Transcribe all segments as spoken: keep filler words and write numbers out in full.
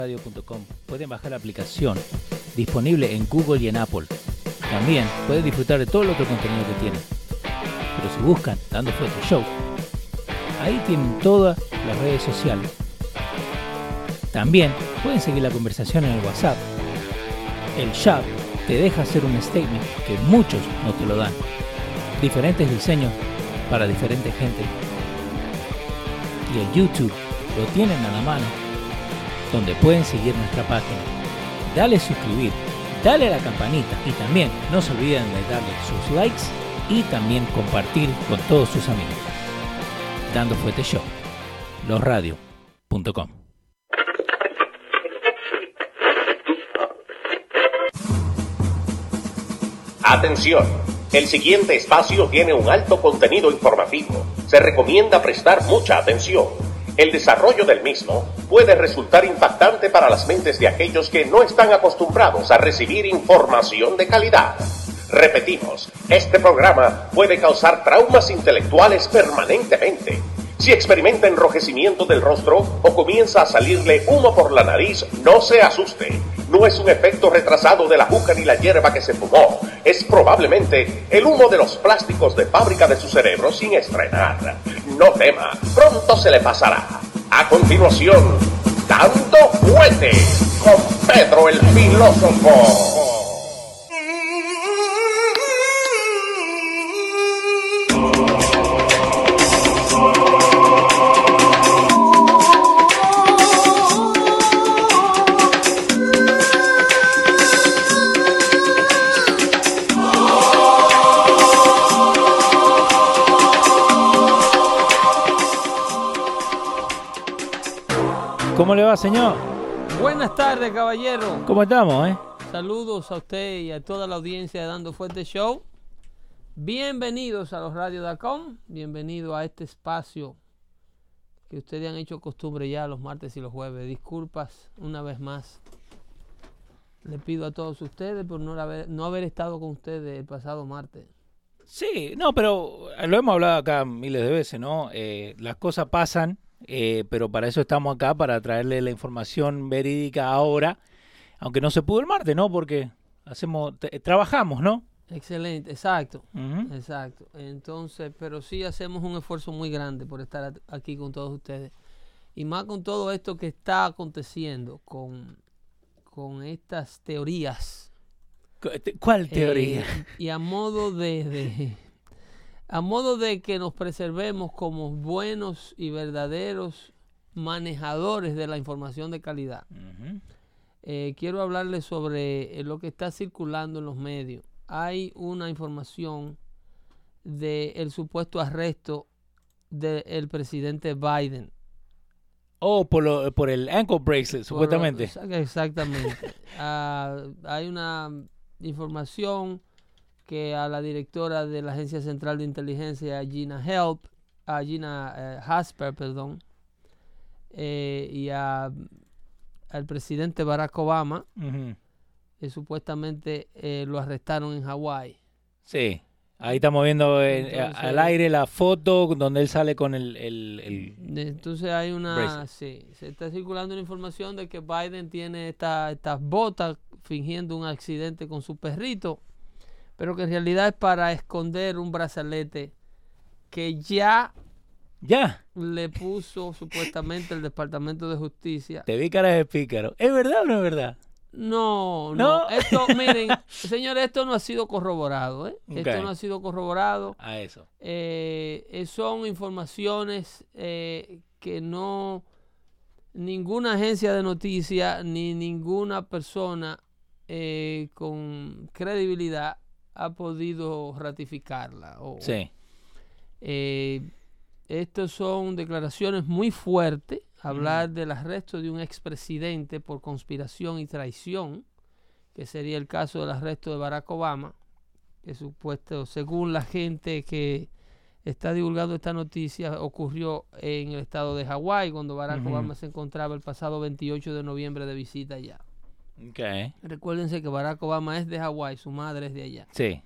radio punto com. Pueden bajar la aplicación, disponible en Google y en Apple. También pueden disfrutar de todo el otro contenido que tienen. Pero si buscan Dando Fuerte Show, ahí tienen todas las redes sociales. También pueden seguir la conversación en el WhatsApp. El chat te deja hacer un statement que muchos no te lo dan. Diferentes diseños para diferente gente. Y el YouTube lo tienen a la mano, donde pueden seguir nuestra página. Dale suscribir, dale a la campanita y también no se olviden de darle sus likes y también compartir con todos sus amigos. Dando Fuerte Show, los radio punto com. Atención, el siguiente espacio tiene un alto contenido informativo. Se recomienda prestar mucha atención. El desarrollo del mismo puede resultar impactante para las mentes de aquellos que no están acostumbrados a recibir información de calidad. Repetimos, este programa puede causar traumas intelectuales permanentemente. Si experimenta enrojecimiento del rostro o comienza a salirle humo por la nariz, no se asuste. No es un efecto retrasado de la juca ni la hierba que se fumó. Es probablemente el humo de los plásticos de fábrica de su cerebro sin estrenar. No tema, pronto se le pasará. A continuación, Dando Fuerte con Pedro el Filósofo. ¿Cómo le va, señor? Buenas tardes, caballero. ¿Cómo estamos, eh? Saludos a usted y a toda la audiencia de Dando Fuerte Show. Bienvenidos a los radio punto com. Bienvenido a este espacio que ustedes han hecho costumbre ya los martes y los jueves. Disculpas una vez más. Le pido a todos ustedes por no haber, no haber estado con ustedes el pasado martes. Sí, no, pero lo hemos hablado acá miles de veces, ¿no? Eh, las cosas pasan. Eh, pero para eso estamos acá, para traerle la información verídica ahora, aunque no se pudo el martes, ¿no? Porque hacemos, t- trabajamos, ¿no? Excelente, exacto, Uh-huh. exacto. Entonces, pero sí hacemos un esfuerzo muy grande por estar aquí con todos ustedes. Y más con todo esto que está aconteciendo, con, con estas teorías. ¿Cuál teoría? Eh, y a modo de... de A modo de que nos preservemos como buenos y verdaderos manejadores de la información de calidad. Uh-huh. Eh, quiero hablarles sobre eh, lo que está circulando en los medios. Hay una información del supuesto arresto del presidente Biden. Oh, por, lo, por el ankle bracelet, supuestamente. Por, exactamente. uh, hay una información que a la directora de la Agencia Central de Inteligencia, Gina Help, a Gina eh, Hasper, perdón, eh, y a, al presidente Barack Obama, Uh-huh. que supuestamente eh, lo arrestaron en Hawái. Sí, ahí estamos viendo eh, Entonces, al aire la foto donde él sale con el... el, el entonces hay una... Sí, se está circulando una información de que Biden tiene esta, estas botas fingiendo un accidente con su perrito, pero que en realidad es para esconder un brazalete que ya, ya le puso supuestamente el Departamento de Justicia. Te vi cara de pícaro. ¿Es verdad o no es verdad? No, no. no. Esto, miren, señores, esto no ha sido corroborado. ¿eh? Okay. Esto no ha sido corroborado. A eso. Eh, son informaciones eh, que no... Ninguna agencia de noticias ni ninguna persona eh, con credibilidad ha podido ratificarla. O, sí. Eh, estas son declaraciones muy fuertes. Hablar mm. del arresto de un expresidente por conspiración y traición, que sería el caso del arresto de Barack Obama, que supuesto, según la gente que está divulgando esta noticia, ocurrió en el estado de Hawái, cuando Barack uh-huh. Obama se encontraba el pasado veintiocho de noviembre de visita allá. Okay. Recuérdense que Barack Obama es de Hawái, su madre es de allá. Sí.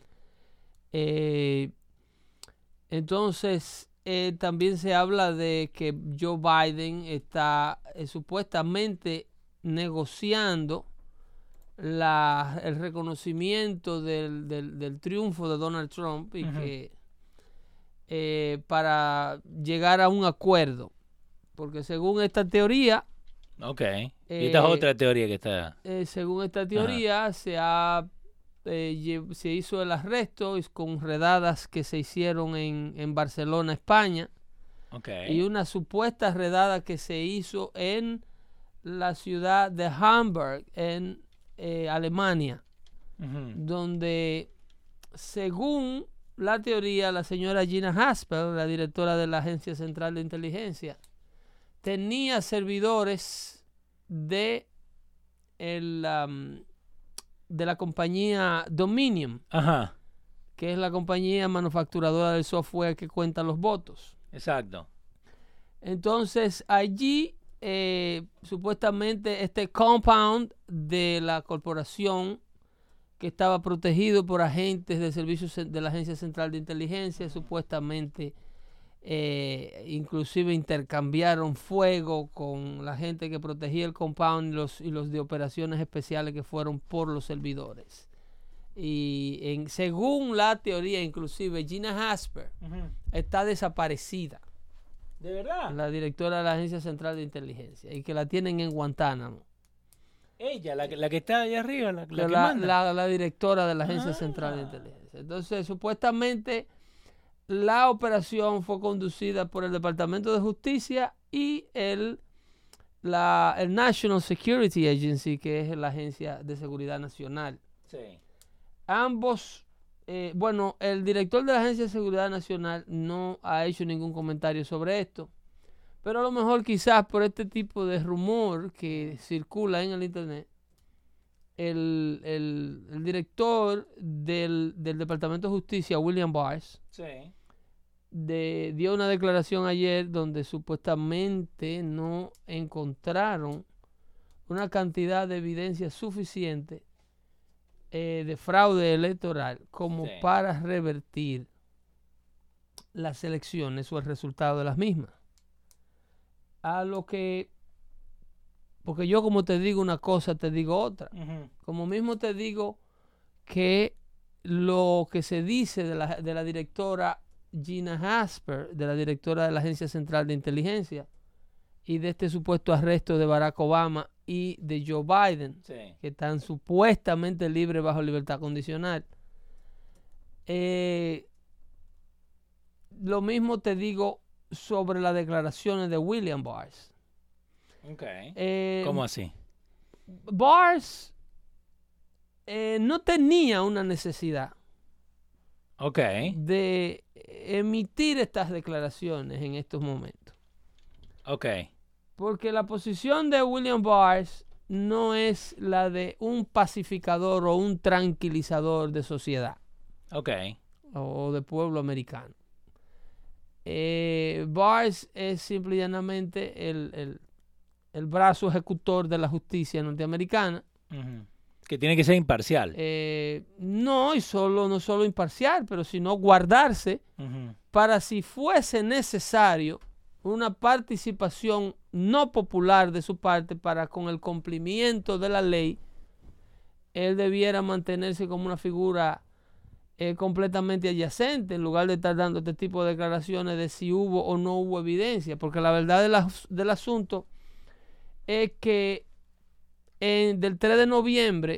Eh, entonces, eh, también se habla de que Joe Biden está eh, supuestamente negociando la, el reconocimiento del, del, del triunfo de Donald Trump y uh-huh. que eh, para llegar a un acuerdo. Porque según esta teoría... Ok. Eh, y esta es otra teoría que está... Eh, según esta teoría, uh-huh. se ha... Eh, se hizo el arresto con redadas que se hicieron en, en Barcelona, España. Okay. Y una supuesta redada que se hizo en la ciudad de Hamburg, en eh, Alemania, uh-huh. donde, según la teoría, la señora Gina Haspel, la directora de la Agencia Central de Inteligencia, tenía servidores de el... Um, de la compañía Dominion, Ajá. que es la compañía manufacturadora del software que cuenta los votos. Exacto. Entonces, allí, eh, supuestamente, este compound de la corporación que estaba protegido por agentes de servicios de la Agencia Central de Inteligencia, supuestamente, eh, inclusive intercambiaron fuego con la gente que protegía el compound y los, y los de operaciones especiales que fueron por los servidores. Y en, según la teoría, inclusive Gina Haspel uh-huh. está desaparecida. ¿De verdad? La directora de la Agencia Central de Inteligencia, y que la tienen en Guantánamo. Ella, la, la que está ahí arriba, la, la, la, que manda. La, la directora de la Agencia ah. Central de Inteligencia. Entonces, supuestamente... la operación fue conducida por el Departamento de Justicia y el, la, el National Security Agency, que es la Agencia de Seguridad Nacional. Sí. Ambos, eh, bueno, el director de la Agencia de Seguridad Nacional no ha hecho ningún comentario sobre esto, pero a lo mejor quizás por este tipo de rumor que circula en el Internet, el, el, el director del, del Departamento de Justicia, William Barr, sí. de, dio una declaración ayer donde supuestamente no encontraron una cantidad de evidencia suficiente eh, de fraude electoral como sí. para revertir las elecciones o el resultado de las mismas. A lo que... Porque yo, como te digo una cosa, te digo otra. Uh-huh. Como mismo te digo que lo que se dice de la, de la directora Gina Haspel, de la directora de la Agencia Central de Inteligencia, y de este supuesto arresto de Barack Obama y de Joe Biden, sí. que están supuestamente libres bajo libertad condicional. Eh, lo mismo te digo sobre las declaraciones de William Barr. Okay. Eh, ¿Cómo así? Barr eh, no tenía una necesidad okay. de emitir estas declaraciones en estos momentos. Okay. Porque la posición de William Barr no es la de un pacificador o un tranquilizador de sociedad. Okay. O de pueblo americano. Eh, Barr es simple y llanamente el... el el brazo ejecutor de la justicia norteamericana. Uh-huh. Que tiene que ser imparcial. Eh, no, y solo, no solo imparcial, pero sino guardarse uh-huh. para si fuese necesario una participación no popular de su parte para con el cumplimiento de la ley, él debiera mantenerse como una figura eh, completamente adyacente en lugar de estar dando este tipo de declaraciones de si hubo o no hubo evidencia, porque la verdad de la, del asunto es que en, del tres de noviembre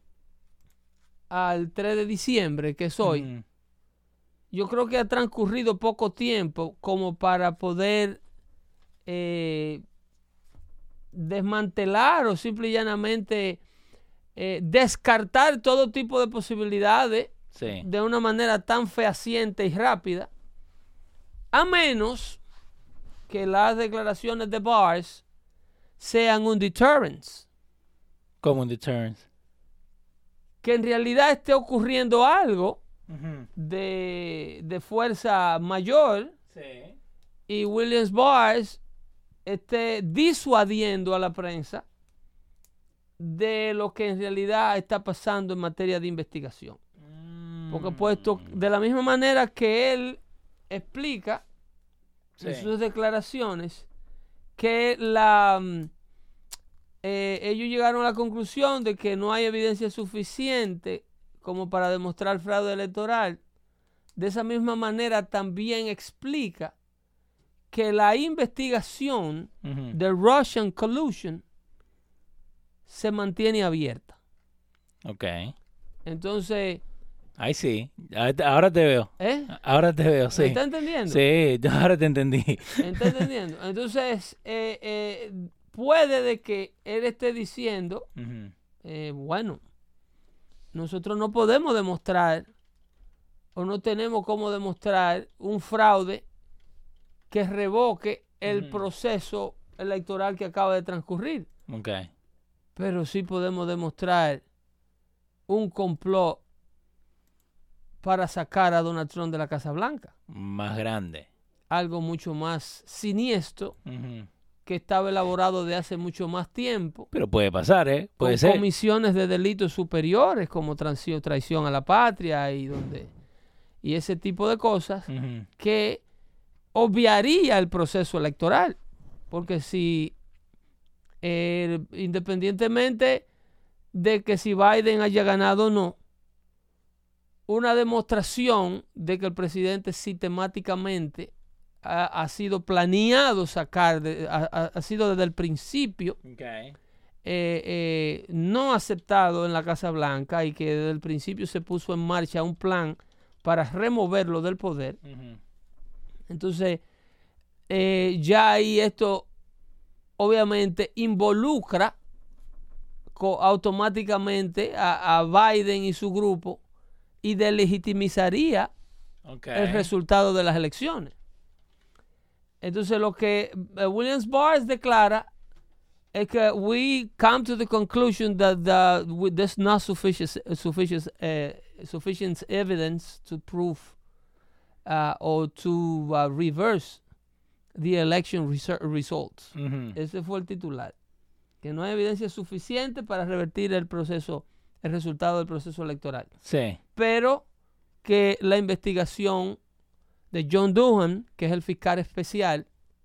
al tres de diciembre, que es hoy, uh-huh. yo creo que ha transcurrido poco tiempo como para poder eh, desmantelar o simple y llanamente eh, descartar todo tipo de posibilidades sí. de una manera tan fehaciente y rápida, a menos que las declaraciones de Barr sean un deterrence. ¿Cómo un deterrence? Que en realidad esté ocurriendo algo uh-huh. de, de fuerza mayor sí. y William Barr esté disuadiendo a la prensa de lo que en realidad está pasando en materia de investigación. Mm. Porque puesto de la misma manera que él explica sí. en sus declaraciones que la, eh, ellos llegaron a la conclusión de que no hay evidencia suficiente como para demostrar fraude electoral. De esa misma manera también explica que la investigación uh-huh. de Russian collusion se mantiene abierta. Ok. Entonces... Ay, sí. Ahora te veo. ¿Eh? Ahora te veo, sí. ¿Me está entendiendo? Sí, ahora te entendí. ¿Me está entendiendo? Entonces, eh, eh, puede de que él esté diciendo, uh-huh. eh, bueno, nosotros no podemos demostrar o no tenemos cómo demostrar un fraude que revoque el uh-huh. proceso electoral que acaba de transcurrir. Okay. Pero sí podemos demostrar un complot para sacar a Donald Trump de la Casa Blanca. Más grande. Algo mucho más siniestro, uh-huh. que estaba elaborado de hace mucho más tiempo. Pero puede pasar, ¿eh? Puede con ser. Comisiones de delitos superiores como traición, traición a la patria y, donde, y ese tipo de cosas uh-huh. que obviaría el proceso electoral. Porque si, eh, independientemente de que si Biden haya ganado o no, una demostración de que el presidente sistemáticamente ha, ha sido planeado sacar, de, ha, ha sido desde el principio okay. eh, eh, no aceptado en la Casa Blanca y que desde el principio se puso en marcha un plan para removerlo del poder. Uh-huh. Entonces, eh, ya ahí esto obviamente involucra co- automáticamente a, a Biden y su grupo y delegitimizaría okay. el resultado de las elecciones. Entonces lo que uh, Williams Barr declara es que we come to the conclusion that the, with there's not sufficient, sufficient, uh, sufficient evidence to prove uh, or to uh, reverse the election reser- results. Uh-huh. Ese fue el titular. Que no hay evidencia suficiente para revertir el proceso, el resultado del proceso electoral. Sí. Pero que la investigación de John Durham, que es el fiscal especial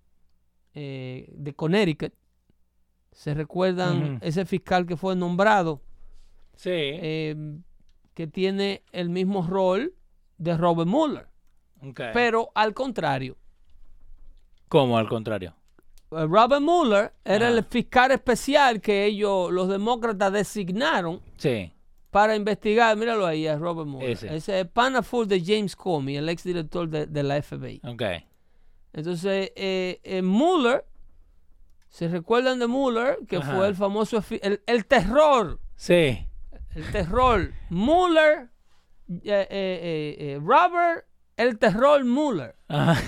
eh, de Connecticut, ¿se recuerdan? Uh-huh. Ese fiscal que fue nombrado, sí. eh, que tiene el mismo rol de Robert Mueller, okay. pero al contrario. ¿Cómo al contrario? Robert Mueller era ah. el fiscal especial que ellos, los demócratas, designaron sí. para investigar. Míralo ahí, a Robert Mueller. Ese, Ese es pana full de James Comey, el exdirector de, de la F B I. Okay. Entonces, eh, eh, Mueller, ¿se recuerdan de Mueller? Que Ajá. fue el famoso, el, el terror. Sí. El terror. Mueller, eh, eh, eh, eh, Robert, el terror Mueller.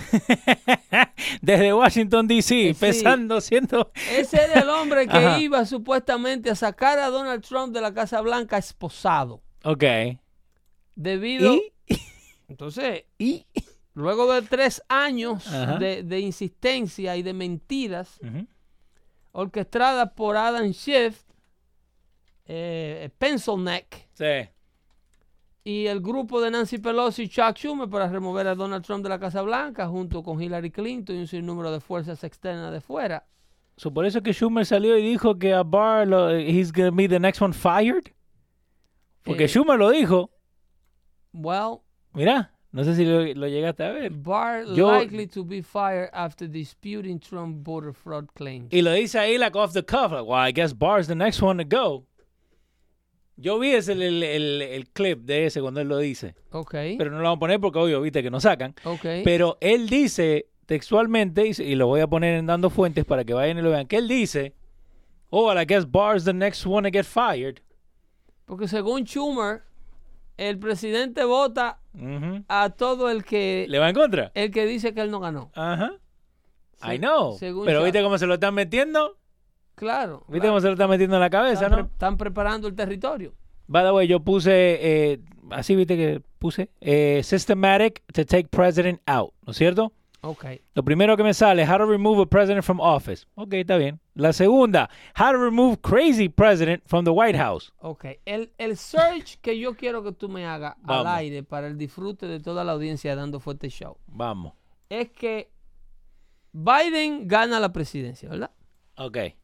Desde Washington, D C, eh, empezando sí. siendo... Ese era el hombre que Ajá. iba supuestamente a sacar a Donald Trump de la Casa Blanca esposado. Ok. Debido... ¿Y? Entonces, ¿Y? luego de tres años de, de insistencia y de mentiras, uh-huh. orquestadas por Adam Schiff, eh, Pencil Neck, sí. y el grupo de Nancy Pelosi y Chuck Schumer para remover a Donald Trump de la Casa Blanca, junto con Hillary Clinton y un sinnúmero de fuerzas externas de fuera. So, ¿por eso que Schumer salió y dijo que a Barr, lo, he's going to be the next one fired? Porque eh, Schumer lo dijo. Well... Mira, no sé si lo, lo llegaste a ver. Barr Yo, likely to be fired after disputing Trump voter fraud claims. Y lo dice ahí like off the cuff, like, well, I guess Barr's the next one to go. Yo vi ese, el, el, el clip de ese cuando él lo dice. Okay. Pero no lo vamos a poner porque obvio, viste que no sacan. Okay. Pero él dice textualmente, y lo voy a poner en Dando Fuentes para que vayan y lo vean, que él dice, oh, well, I guess Barr's the next one to get fired. Porque según Schumer, el presidente vota uh-huh. a todo el que... ¿Le va en contra? El que dice que él no ganó. Ajá. Uh-huh. I know. Pero Char- ¿viste cómo se lo están metiendo? Claro. ¿Viste claro. cómo se lo están metiendo en la cabeza, están no? Pre- están preparando el territorio. By the way, yo puse, eh, así viste que puse, eh, systematic to take president out, ¿no es cierto? Ok. Lo primero que me sale, how to remove a president from office. Ok, está bien. La segunda, how to remove crazy president from the White House. Ok. El, el search que yo quiero que tú me hagas Vamos. al aire para el disfrute de toda la audiencia de Dando Fuerte Show. Vamos. Es que Biden gana la presidencia, ¿verdad? Ok.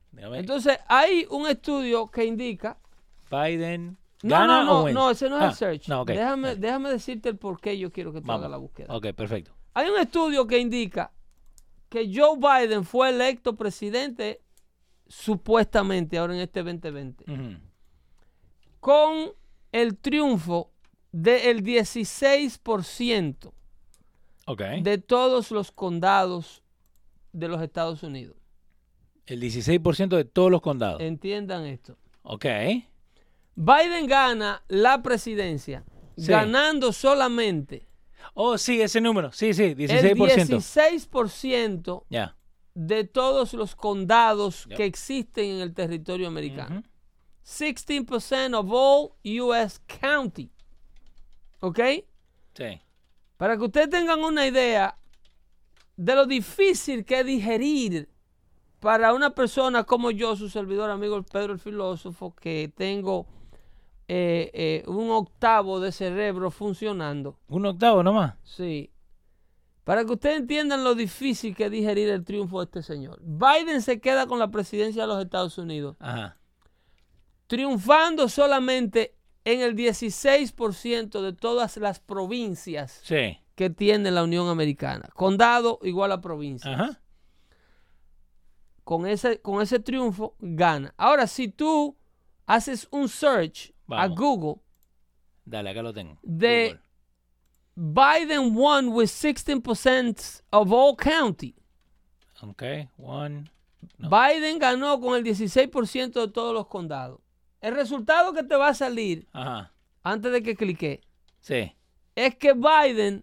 Déjame. Entonces, hay un estudio que indica... Biden No, gana no, o no, wins? no, ese no es Ah, el search. no, okay. déjame, Dale. déjame decirte el por qué yo quiero que tú Vamos. hagas la búsqueda. Ok, perfecto. Hay un estudio que indica que Joe Biden fue electo presidente supuestamente ahora en este veinte veinte Uh-huh. con el triunfo del dieciséis por ciento Okay. de todos los condados de los Estados Unidos. El dieciséis por ciento de todos los condados. Entiendan esto. Ok. Biden gana la presidencia Sí. ganando solamente Oh, sí, ese número. Sí, sí, dieciséis por ciento. el dieciséis por ciento Ya. de todos los condados Yep. que existen en el territorio americano. Ujú. sixteen percent of all U S county. ¿Ok? Sí. Para que ustedes tengan una idea de lo difícil que es digerir para una persona como yo, su servidor amigo Pedro el Filósofo, que tengo eh, eh, un octavo de cerebro funcionando. Un octavo nomás. Sí. Para que ustedes entiendan lo difícil que es digerir el triunfo de este señor. Biden se queda con la presidencia de los Estados Unidos, Ajá. triunfando solamente en el dieciséis por ciento de todas las provincias Sí. que tiene la Unión Americana. Condado igual a provincia. Ajá. Con ese, con ese triunfo gana. Ahora, si tú haces un search Vamos. a Google Dale, acá lo tengo. de Google. Biden won with sixteen percent of all county. Ok. One. No. Biden ganó con el dieciséis por ciento de todos los condados. El resultado que te va a salir Ajá. antes de que clique Sí. es que Biden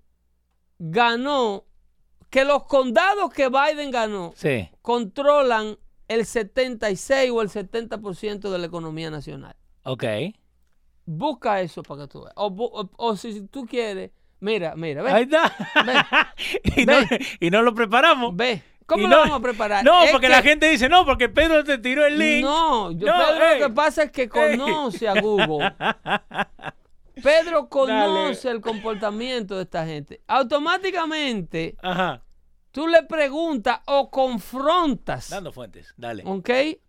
ganó, que los condados que Biden ganó Sí. controlan el setenta y seis o el setenta por ciento de la economía nacional. Ok. Busca eso para que tú veas. O, o, o si tú quieres, mira, mira, ve, Ahí está. y, no, Ve. y no lo preparamos. ve. ¿Cómo Y lo no- vamos a preparar? No, Es porque que- la gente dice, no, porque Pedro te tiró el link. No, yo, No, Pedro ey. lo que pasa es que conoce a Google. Pedro conoce el comportamiento de esta gente. Automáticamente, Ajá. tú le preguntas o confrontas, Dando fuentes. Dale. ¿ok?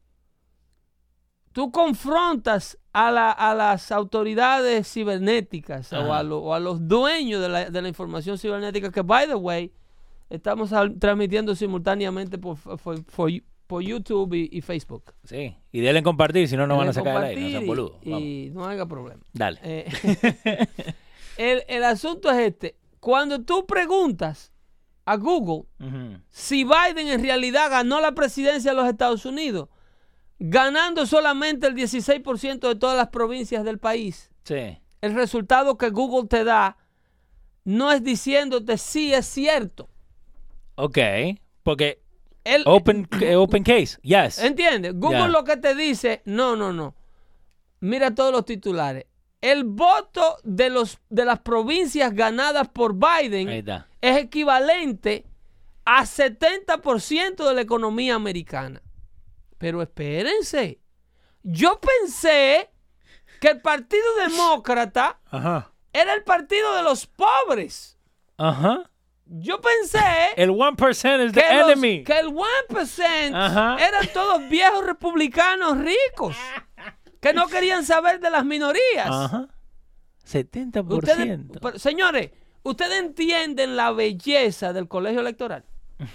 Tú confrontas a, la- a las autoridades cibernéticas o Ajá. a, lo- o a los dueños de la, de la información cibernética que, by the way, estamos al- transmitiendo simultáneamente por, por, por- por YouTube y, y Facebook. Sí. Y denle compartir, si no, no van a Deben sacar del aire. No sean compartir boludos. y, Vamos. y no haga problema. Dale. Eh, el, el asunto es este. Cuando tú preguntas a Google Ujú. si Biden en realidad ganó la presidencia de los Estados Unidos, ganando solamente el dieciséis por ciento de todas las provincias del país, Sí. el resultado que Google te da no es diciéndote si es cierto. Ok. Porque El, open, eh, open case. Yes. ¿Entiendes? Google Ya. lo que te dice, no, no, no. Mira todos los titulares. El voto de, los, de las provincias ganadas por Biden Ahí está. es equivalente a setenta por ciento de la economía americana. Pero espérense. Yo pensé que el Partido Demócrata Ajá. era el partido de los pobres. Ajá. Yo pensé El one percent is the que, los- enemy. que el one percent Ajá. eran todos viejos republicanos ricos que no querían saber de las minorías. Ajá. setenta por Ustedes, ciento. pero, señores, ¿ustedes entienden la belleza del colegio electoral?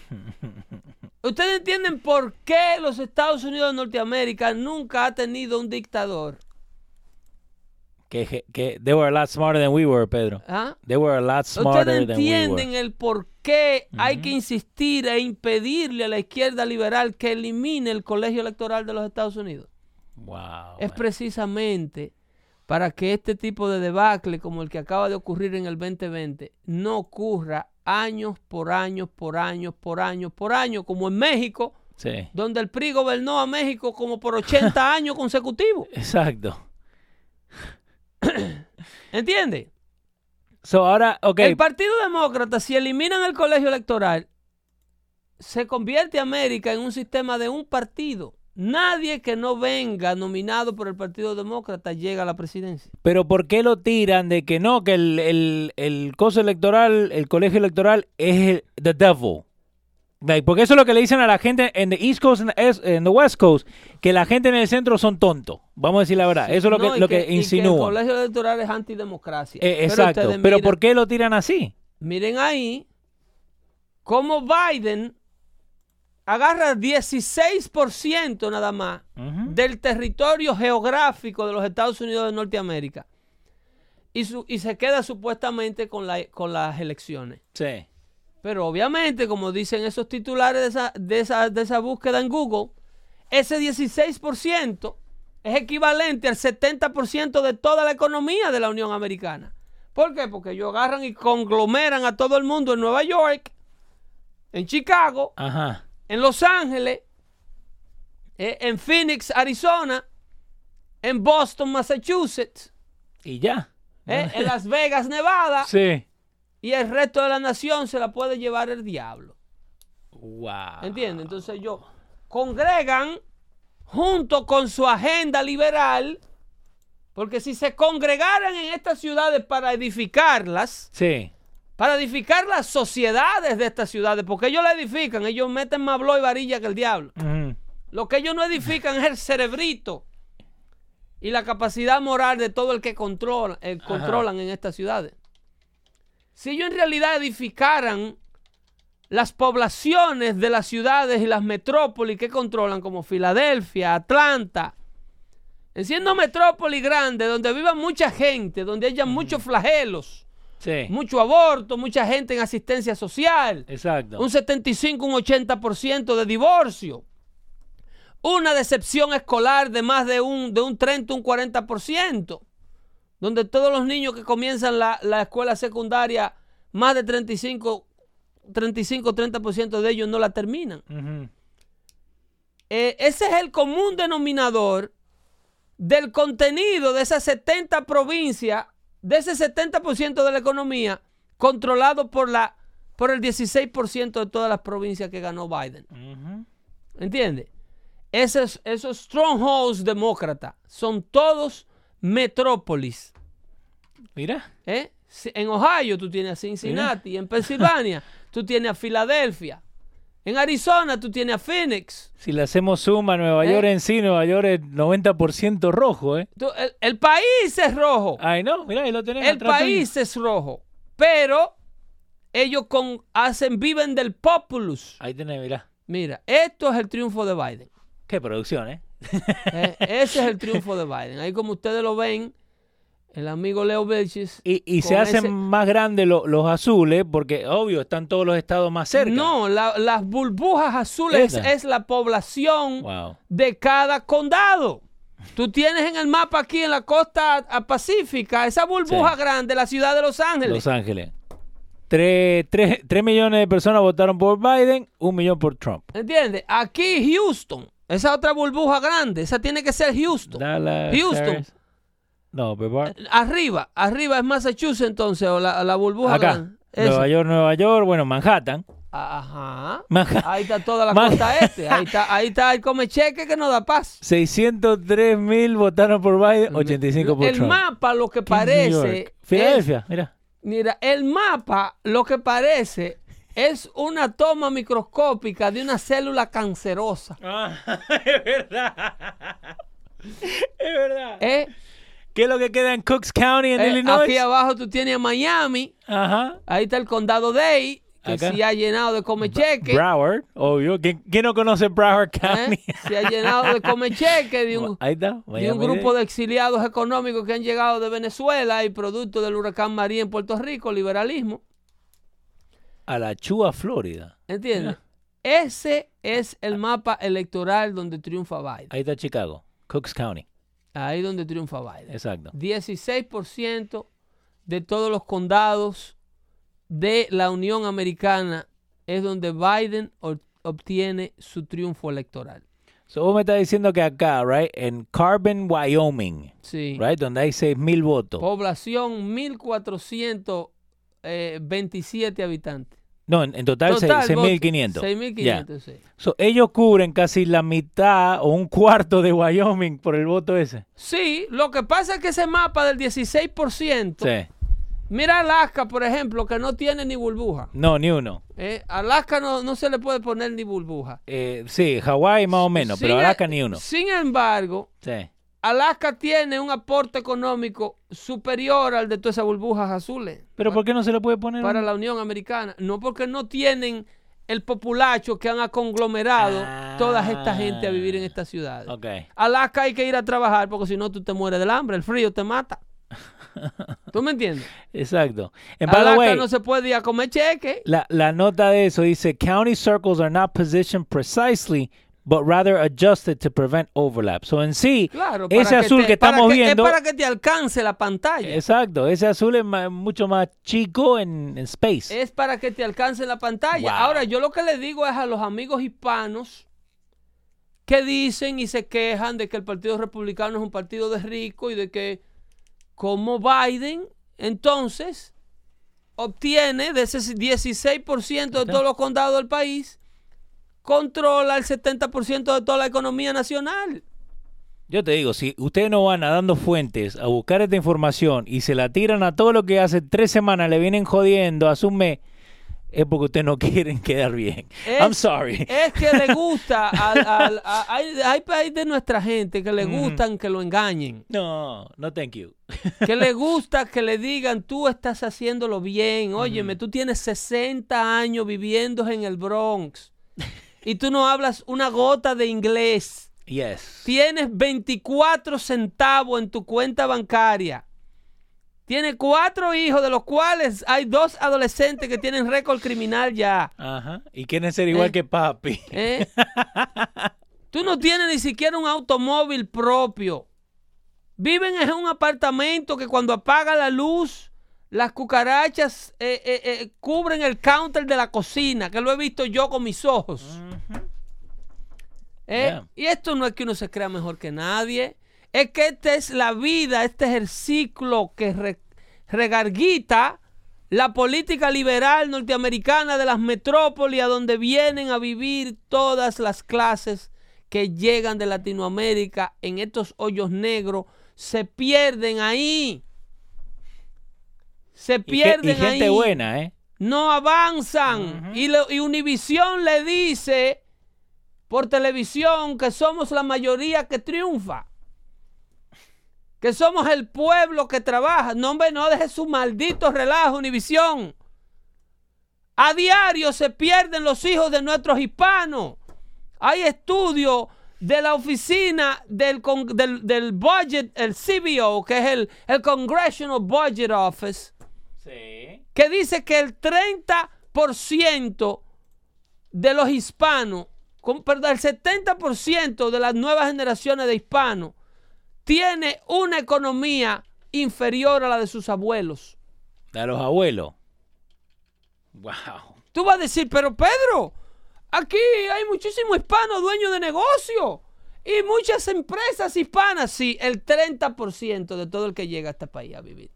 ¿Ustedes entienden por qué los Estados Unidos de Norteamérica nunca ha tenido un dictador? Que, que they were a lot smarter than we were, Pedro. ¿Ah? They were a lot smarter ¿Ustedes than we entienden were. el por qué hay que insistir e impedirle a la izquierda liberal que elimine el colegio electoral de los Estados Unidos? Wow. Es man. precisamente para que este tipo de debacle como el que acaba de ocurrir en el veinte veinte no ocurra años por años, por años, por años, por años, como en México, Sí. donde el P R I gobernó a México como por ochenta años consecutivos. Exacto. ¿Entiendes? So ahora, ok. El Partido Demócrata, si eliminan el colegio electoral, se convierte América en un sistema de un partido. Nadie que no venga nominado por el Partido Demócrata llega a la presidencia. Pero ¿por qué lo tiran de que no, que el, el, el coso electoral, el colegio electoral es el, the devil? Like, porque eso es lo que le dicen a la gente en the East Coast, en the West Coast, que la gente en el centro son tontos. Vamos a decir la verdad. Eso es lo No, que, y lo que, que, y que el insinúan. colegio electoral es antidemocracia. Eh, Pero exacto. ustedes Pero miren- ¿por qué lo tiran así? Miren ahí cómo Biden agarra dieciséis por ciento nada más Ujú. del territorio geográfico de los Estados Unidos de Norteamérica y, su- y se queda supuestamente con, la- con las elecciones. Sí. Pero obviamente, como dicen esos titulares de esa, de esa, de esa búsqueda en Google, ese dieciséis por ciento es equivalente al setenta por ciento de toda la economía de la Unión Americana. ¿Por qué? Porque ellos agarran y conglomeran a todo el mundo en Nueva York, en Chicago, Ajá. en Los Ángeles, eh, en Phoenix, Arizona, en Boston, Massachusetts, Y ya. eh, en Las Vegas, Nevada, Sí. y el resto de la nación se la puede llevar el diablo. Wow. ¿Entiendes? Entonces ellos congregan junto con su agenda liberal, porque si se congregaran en estas ciudades para edificarlas, Sí. para edificar las sociedades de estas ciudades, porque ellos la edifican, ellos meten más blow y varilla que el diablo. Ujú. Lo que ellos no edifican es el cerebrito y la capacidad moral de todo el que controla, eh, controlan en estas ciudades. Si ellos en realidad edificaran las poblaciones de las ciudades y las metrópolis que controlan, como Filadelfia, Atlanta, en siendo metrópolis grandes, donde viva mucha gente, donde haya muchos flagelos, Sí. mucho aborto, mucha gente en asistencia social, Exacto. un setenta y cinco, un ochenta por ciento de divorcio, una decepción escolar de más de un, de un treinta, un cuarenta por ciento, donde todos los niños que comienzan la, la escuela secundaria, más de treinta y cinco, treinta por ciento de ellos no la terminan. Ujú. Eh, ese es el común denominador del contenido de esas setenta provincias, de ese setenta por ciento de la economía, controlado por, la, por el dieciséis por ciento de todas las provincias que ganó Biden. Ujú. ¿Entiendes? Esos, esos strongholds demócratas son todos metrópolis. Mira. ¿eh? En Ohio tú tienes a Cincinnati, en Pensilvania tú tienes a Filadelfia, en Arizona tú tienes a Phoenix. Si le hacemos zoom a Nueva ¿Eh? York en sí, Nueva York es noventa por ciento rojo, ¿eh? Tú- el, el país es rojo. Ay, no, mira, ahí lo tenés. El atrás país es rojo, pero ellos con, hacen, viven del populus. tuyo. Ahí tenés, mira. Mira, esto es el triunfo de Biden. Qué producción, ¿eh? Eh, ese es el triunfo de Biden. Ahí como ustedes lo ven, el amigo Leo Vilches. Y, y se con hacen ese- más grandes lo- los azules porque, obvio, están todos los estados más cerca. No, la- las burbujas azules Esa. es la población Wow. de cada condado. Tú tienes en el mapa aquí en la costa a- pacífica esa burbuja Sí. grande, la ciudad de Los Ángeles. Los Ángeles. Tres, tres, tres millones de personas votaron por Biden, un millón por Trump. ¿Entiendes? Aquí Houston, esa otra burbuja grande, esa tiene que ser Houston. Dallas, Houston. Harris. No, pero Arriba, arriba es Massachusetts entonces, o la, la burbuja acá. grande. Esa. Nueva York, Nueva York, bueno, Manhattan. Ajá. Manha- Ahí está toda la Man- costa este. Ahí está, ahí está el come cheque que nos da paz. seiscientos tres mil votaron por Biden, ochenta y cinco por El Trump. mapa lo que ¿Qué es New parece. York? Filadelfia, mira. Mira, el mapa lo que parece es una toma microscópica de una célula cancerosa. Ah, es verdad. Es verdad. ¿Eh? ¿Qué es lo que queda en Cooks County, en Eh, Illinois? aquí abajo tú tienes a Miami. Ajá. Ahí está el condado Dade, que Acá. se ha llenado de come cheque. Broward, obvio. ¿Quién, quién no conoce Broward ¿eh? County? Se ha llenado de come cheque de un, Ahí está. de un Miami grupo Dade. de exiliados económicos que han llegado de Venezuela y producto del huracán María en Puerto Rico, liberalismo. A la Chua, Florida. ¿Entiendes? Ese es el mapa electoral donde triunfa Biden. Ahí está Chicago, Cooks County. Ahí donde triunfa Biden. Exacto. dieciséis por ciento de todos los condados de la Unión Americana es donde Biden o- obtiene su triunfo electoral. So vos me estás diciendo que acá, right, en Carbon, Wyoming, Sí. right, donde hay seis mil votos. Población mil cuatrocientos veintisiete habitantes. No, en, en total, Total, seis mil votos, quinientos. seis mil quinientos, sí. So, ellos cubren casi la mitad o un cuarto de Wyoming por el voto ese. Sí, lo que pasa es que ese mapa del dieciséis por ciento Sí. Mira Alaska, por ejemplo, que no tiene ni burbuja. No, ni uno. Eh, Alaska no, no se le puede poner ni burbuja. Eh, sí, Hawái más o menos, Sin pero e- Alaska ni uno. Sin embargo, Sí. Alaska tiene un aporte económico superior al de todas esas burbujas azules. ¿Pero por qué no se le puede poner Para un- la Unión Americana. No porque no tienen el populacho que han conglomerado Ah. toda esta gente a vivir en estas ciudades. Ok. Alaska hay que ir a trabajar porque si no tú te mueres del hambre, el frío te mata. ¿Tú me entiendes? Exacto. And by the Alaska way, no se puede ir a comer cheque. la, la nota de eso dice, county circles are not positioned precisely, but rather adjusted to prevent overlap. So en sí, Claro, para ese que azul te- que para estamos que- viendo, es para que te alcance la pantalla. exacto, ese azul es ma- mucho más chico en, en space. Es para que te alcance la pantalla. Wow. Ahora, yo lo que les digo es a los amigos hispanos que dicen y se quejan de que el Partido Republicano es un partido de ricos y de que como Biden, entonces, obtiene de ese dieciséis por ciento de todos los condados del país, controla el setenta por ciento de toda la economía nacional. Yo te digo, si ustedes no van a dando fuentes a buscar esta información y se la tiran a todo lo que hace tres semanas le vienen jodiendo hace un mes, es porque ustedes no quieren quedar bien. Es- I'm sorry. Es que le gusta, al- al- a- hay, hay país de nuestra gente que le Ujú. gustan que lo engañen. No, no thank you. Que le gusta que le digan, tú estás haciéndolo bien. Óyeme, tú tienes sesenta años viviendo en el Bronx y tú no hablas una gota de inglés. Yes. Tienes veinticuatro centavos en tu cuenta bancaria. Tienes cuatro hijos, de los cuales hay dos adolescentes que tienen récord criminal ya. Ajá. Y quieren ser igual Eh. que papi. ¿Eh? Tú no tienes ni siquiera un automóvil propio. Viven en un apartamento que cuando apaga la luz, las cucarachas eh, eh, eh, cubren el counter de la cocina, que lo he visto yo con mis ojos. ¿Eh? Yeah. Y esto no es que uno se crea mejor que nadie. Es que esta es la vida, este es el ciclo que re- regarguita la política liberal norteamericana de las metrópolis, a donde vienen a vivir todas las clases que llegan de Latinoamérica en estos hoyos negros, se pierden ahí. Se Y, ge- pierden y gente ahí. buena, ¿eh? No avanzan. y, lo- y Univisión le dice por televisión que somos la mayoría que triunfa. Que somos el pueblo que trabaja. No, hombre, no deje su maldito relajo, Univisión. A diario se pierden los hijos de nuestros hispanos. Hay estudios de la oficina del, con- del, del budget, el C B O, que es el, el Congressional Budget Office, Sí. que dice que el treinta por ciento de los hispanos, con, perdón, el setenta por ciento de las nuevas generaciones de hispanos tiene una economía inferior a la de sus abuelos. A los abuelos. Wow. Tú vas a decir, pero Pedro, aquí hay muchísimos hispanos dueños de negocio y muchas empresas hispanas. Sí, el treinta por ciento de todo el que llega a este país a vivir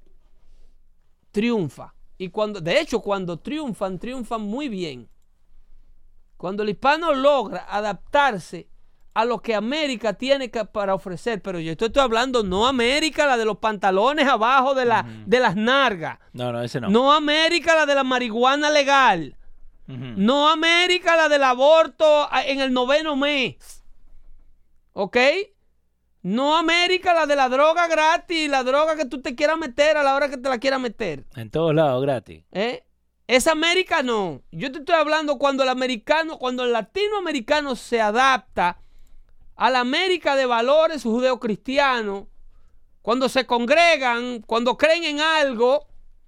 triunfa. Y cuando, de hecho, cuando triunfan, triunfan muy bien. Cuando el hispano logra adaptarse a lo que América tiene que, para ofrecer. Pero yo estoy, estoy hablando no América, la de los pantalones abajo de, la, Ujú. de las nargas. No, no, ese no. No América, la de la marihuana legal. Ujú. No América, la del aborto en el noveno mes. ¿Ok? No América, la de la droga gratis, la droga que tú te quieras meter a la hora que te la quieras meter. En todos lados, gratis. ¿Eh? Esa América no. Yo te estoy hablando cuando el americano, cuando el latinoamericano se adapta a la América de valores judeocristianos, cuando se congregan, cuando creen en algo,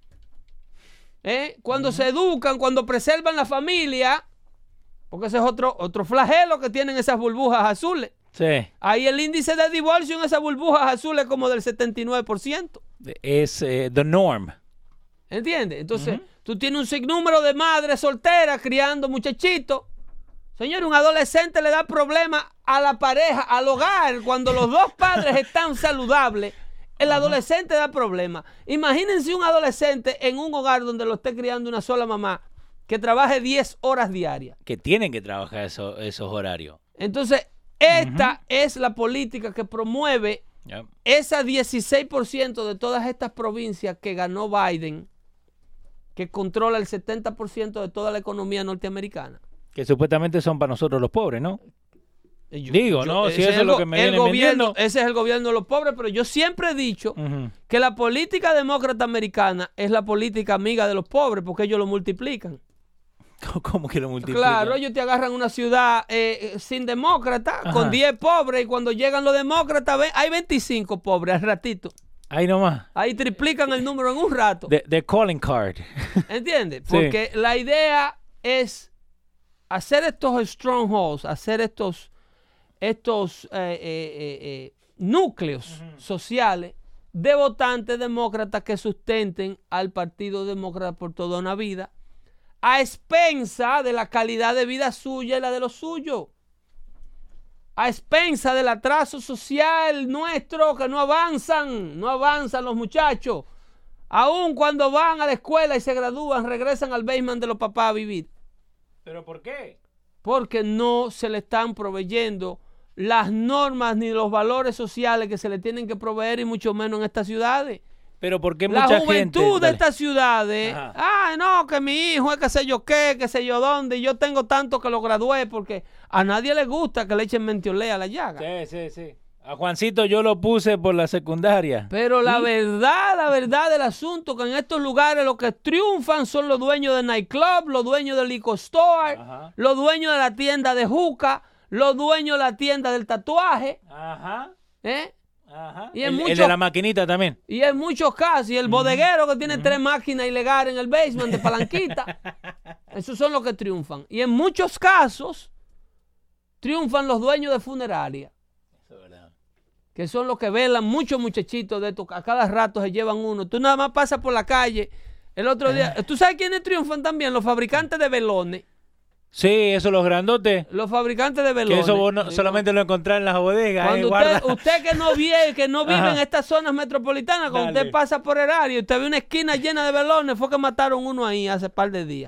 ¿eh? Cuando se educan, cuando preservan la familia, porque ese es otro, otro flagelo que tienen esas burbujas azules. Sí. Ahí el índice de divorcio en esas burbujas azules es como del setenta y nueve por ciento. Es eh, the norm. ¿Entiendes? Entonces, Ujú. tú tienes un sinnúmero de madres solteras criando muchachitos. Señor, un adolescente le da problemas a la pareja, al hogar, cuando los dos padres están saludables. El adolescente da problemas. Imagínense un adolescente en un hogar donde lo esté criando una sola mamá que trabaje diez horas diarias. Que tienen que trabajar eso- esos horarios. Entonces, esta es la política que promueve Yep. esa dieciséis por ciento de todas estas provincias que ganó Biden que controla el setenta por ciento de toda la economía norteamericana. Que supuestamente son para nosotros los pobres, ¿no? Yo, Digo, yo, ¿no? Si eso es lo que me viene gobierno, vendiendo. Ese es el gobierno de los pobres, pero yo siempre he dicho Uh-huh. que la política demócrata americana es la política amiga de los pobres porque ellos lo multiplican. ¿Cómo que lo multiplican? Claro, ellos te agarran una ciudad eh, sin demócrata, Ajá. con diez pobres, y cuando llegan los demócratas, ven, hay veinticinco pobres al ratito. Ahí nomás. Ahí triplican el número en un rato. De, de calling card. ¿Entiendes? Sí. Porque la idea es hacer estos strongholds, hacer estos, estos eh, eh, eh, núcleos uh-huh. sociales de votantes demócratas que sustenten al Partido Demócrata por toda una vida, a expensa de la calidad de vida suya y la de los suyos, a expensa del atraso social nuestro, que no avanzan, no avanzan los muchachos, aun cuando van a la escuela y se gradúan, regresan al basement de los papás a vivir. ¿Pero por qué? Porque no se le están proveyendo las normas ni los valores sociales que se le tienen que proveer, y mucho menos en estas ciudades. Pero ¿por qué la mucha juventud gente? de Dale. estas ciudades, ah, no, que mi hijo es que sé yo qué, que sé yo dónde, y yo tengo tanto que lo gradué, porque a nadie le gusta que le echen mentiolea a la llaga. Sí, sí, sí. A Juancito yo lo puse por la secundaria. Pero la ¿Y? verdad, la verdad del asunto, que en estos lugares los que triunfan son los dueños de nightclub, los dueños del liquor store, Ajá. los dueños de la tienda de juca, los dueños de la tienda del tatuaje, Ajá. ¿eh? Ajá. Y en el, muchos- el de la maquinita también. Y en muchos casos, y el bodeguero que tiene tres máquinas ilegales en el basement de palanquita, esos son los que triunfan. Y en muchos casos, triunfan los dueños de funeraria, Eso es verdad. que son los que velan muchos muchachitos de estos, a cada rato se llevan uno. Tú nada más pasas por la calle, el otro día, ¿tú sabes quiénes triunfan también? Los fabricantes de velones. Sí, eso los grandotes. Los fabricantes de Que velones. eso vos no- Sí, solamente lo encontrás en las bodegas. Cuando eh, guarda. usted, usted que no vive, que no vive Ajá. en estas zonas metropolitanas, cuando Dale. usted pasa por el área y usted ve una esquina llena de velones, fue que mataron uno ahí hace par de días.